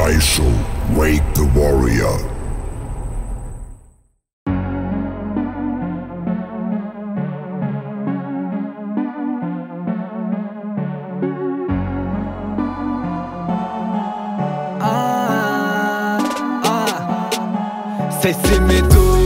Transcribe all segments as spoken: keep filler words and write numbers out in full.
Daisho, wake the warrior. Ah, ah. Sesimi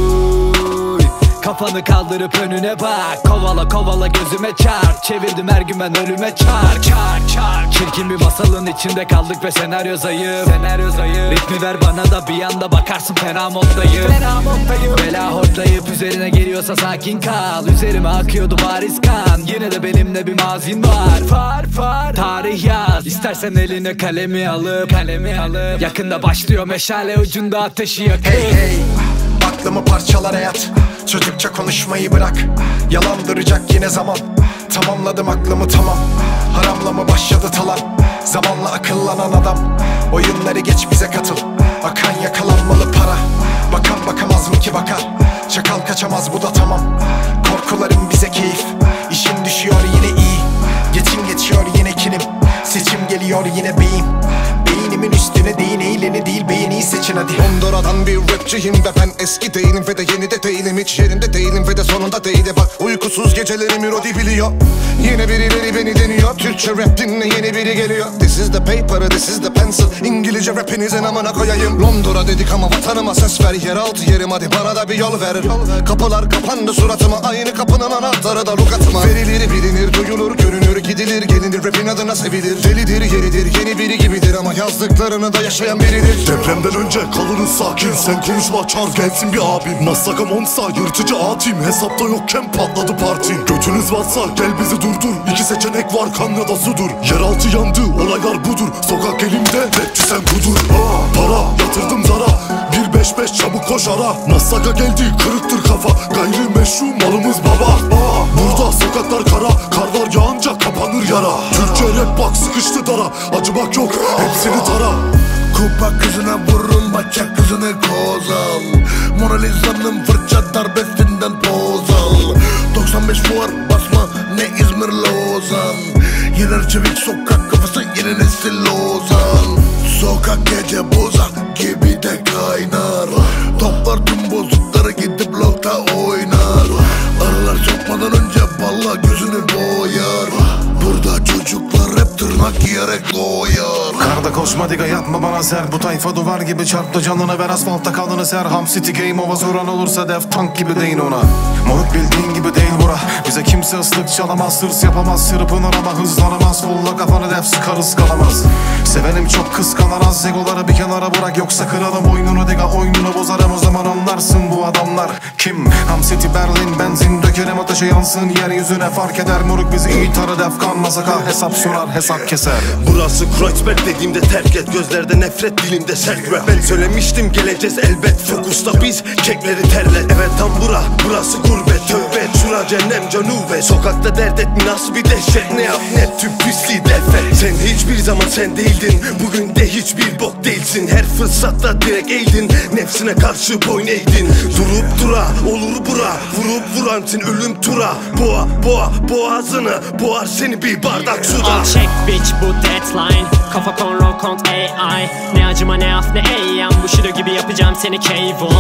duy, kafanı kaldırıp önüne bak. Kovala kovala gözüme çarp, çevirdim her gün ben ölüme çark. Çark çark. Çirkin bir masalın içinde kaldık ve senaryo zayıf. Senaryo zayıf. Ritmi ver bana da bir anda bakarsın fena moddayım. Fena moddayım. Bela hortlayıp üzerine geliyorsa sakin kal. Üzerime akıyordu bariz kan. Yine de benimle bir mazin var. Far far. Tarih yaz. İstersen eline kalemi alıp kalemi alıp yakında başlıyor meşale ucunda ateşi yakıp. Hey hey, aklımı parçalar hayat. Çocukça konuşmayı bırak. Yalandıracak yine zaman. Tamamladım aklımı tamam. Haramla mı başladı talan? Zamanla akıllanan adam. Oyunları geç bize katıl. Akan yakalanmalı para. Bakan bakamaz mı ki bakar? Çakal kaçamaz bu da tamam. Korkularım bize keyif. İşin düşüyor yine iyi. Geçin geçiyor yine kinim. Seçim geliyor yine beyim. Beynimin üstüne değin, eğleni değil beğeniyi seçin hadi. Londra'dan bir rapçiyim ve ben eski değilim ve de yeni de değilim. Hiç yerinde değilim ve de sonunda değil. Bak uykusuz gecelerimi Rodi biliyor. Yine birileri beni deniyor. Türkçe rap dinle yeni biri geliyor. This is the paper, this is the pencil. İngilizce rapinizin amına koyayım. Londra dedik ama vatanıma ses ver. Yeraltı yerim hadi bana da bir yol ver. Kapılar kapandı suratıma. Aynı kapının anahtarı da lukatıma. Verilir bilinir, duyulur, görünür, gidilir, gelinir. Rapin adına sevilir. Delidir, yeridir, yeni biri gibidir ama yazdıklarını da yaşayan biridir. Depremden önce kalırız sakin. Sen konuşma çağır gelsin bir abim. Nasaka monsa yırtıcı atayım. Hesapta yokken patladı partin. Götünüz varsa gel bizi durdur. İki seçenek var kan ya da sudur. Yeraltı yandı olaylar budur. Sokak elimde rapçi sen kudur. Aa, para yatırdım zara. Bir beş beş çabuk koş ara. Nasaka geldi kırıktır kafa. Gayrimeşru malımız baba. Aa, burada sokaklar kara. Karlar yağınca kapanır yara. Türkçe rap bak sıkıştı dara. Acımak yok hepsini tara. Kupa kızına vurun bacak kızını kozal. Mona Lisa'nın fırça darbesinden pozal. doksan beş fuar basma ne İzmir Lozan. Yener çevik sokak kafası yeni nesil Lozan. Sokak gece boza gibi de kaynar. Toplar tüm bozukları gidip blokta oynar. Arılar sokmadan önce balla gözünü boyar. Burada çocuklar hep tırnak giyerek doğuyor. Karda koşma diga yapma bana ser. Bu tayfa duvar gibi çarptı canını ver. Asfaltta kalını ser. Ham City game ova soran olursa dev tank gibi deyin ona. Moruk bildiğin gibi değil bura. Bize kimse ıslık çalamaz. Hırs yapamaz sırpınır ama hızlanamaz. Kolla kafanı def sıkarız kalamaz. Sevenim çok kıskanan az. Zegoları bir kenara bırak yoksa kıralım oyununu diga. Oyununu bozarım o zaman anlarsın bu adamlar kim? Ham City Berlin benzin dökerim ateşe yansın. Yeryüzüne fark eder moruk bizi iyi tarı def kanmasa ka. Hesap sorar hesap keser. Burası Kreuzberg dediğimde terk et. Gözlerde nefret dilimde sert rap. Ben söylemiştim geleceğiz elbet. Fokusta biz kekleri terlet. Evet tam bura burası gurbet. Tövbe şura cennem canube. Sokakta dert et nasıl bir dehşet. Ne yap ne tüm pisliği defet. Sen hiçbir zaman sen değildin. Bugün de hiçbir bok değilsin. Her fırsatta direkt eğdin. Nefsine karşı boyun eğdin. Durup dura olur bura. Vurup vuran ölüm tura. Boğa boğa boğazını boğar seni bir bardak suda. Al check bitch bu deadline. Kafa kontrol kont A I. Ne acıma ne af ne eyyam. Bu şido gibi yapacağım seni K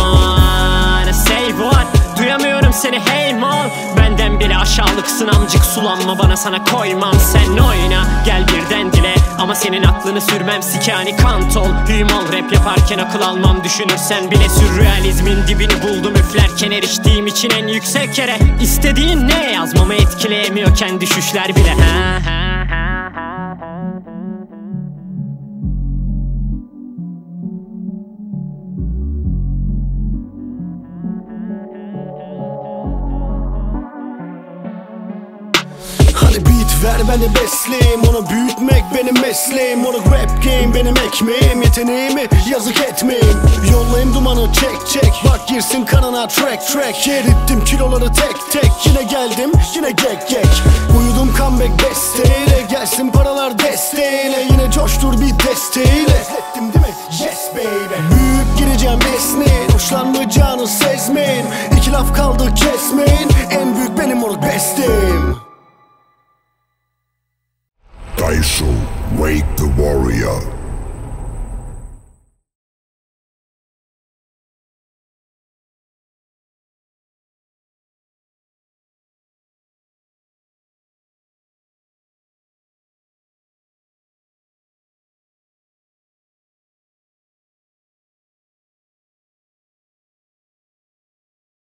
one. Say what? Duyamıyorum seni hey mal. Benden bile aşağılıksın amcık. Sulanma bana sana koymam. Sen oyna gel birden dile. Ama senin aklını sürmem sikani kantol. Hümal rap yaparken akıl almam. Düşünürsen bile sürrealizmin dibini buldum üflerken. Eriştiğim için en yüksek yere. İstediğin ne yazmamı etkileyemiyorken düşüşler bile. Ha ha ha ha. Hani beat ver beni besleyeyim. Onu büyütmek benim mesleğim. Onu rap game benim ekmeğim. Yeteneğimi yazık etmeyin. Yollayayım dumanı çek çek. Bak girsin kanına track track. Erittim kiloları tek tek. Yine geldim yine gek gek. Uyudum comeback besteyle. Gelsin paralar desteğiyle. Yine coştur bir desteğiyle. Ettim değil mi? Yes baby. Büyük gireceğim esneyin. Hoşlanmayacağını sezmeyin. İki laf kaldı kesmeyin. En büyük benim onu bestim. Daisho, wake the warrior.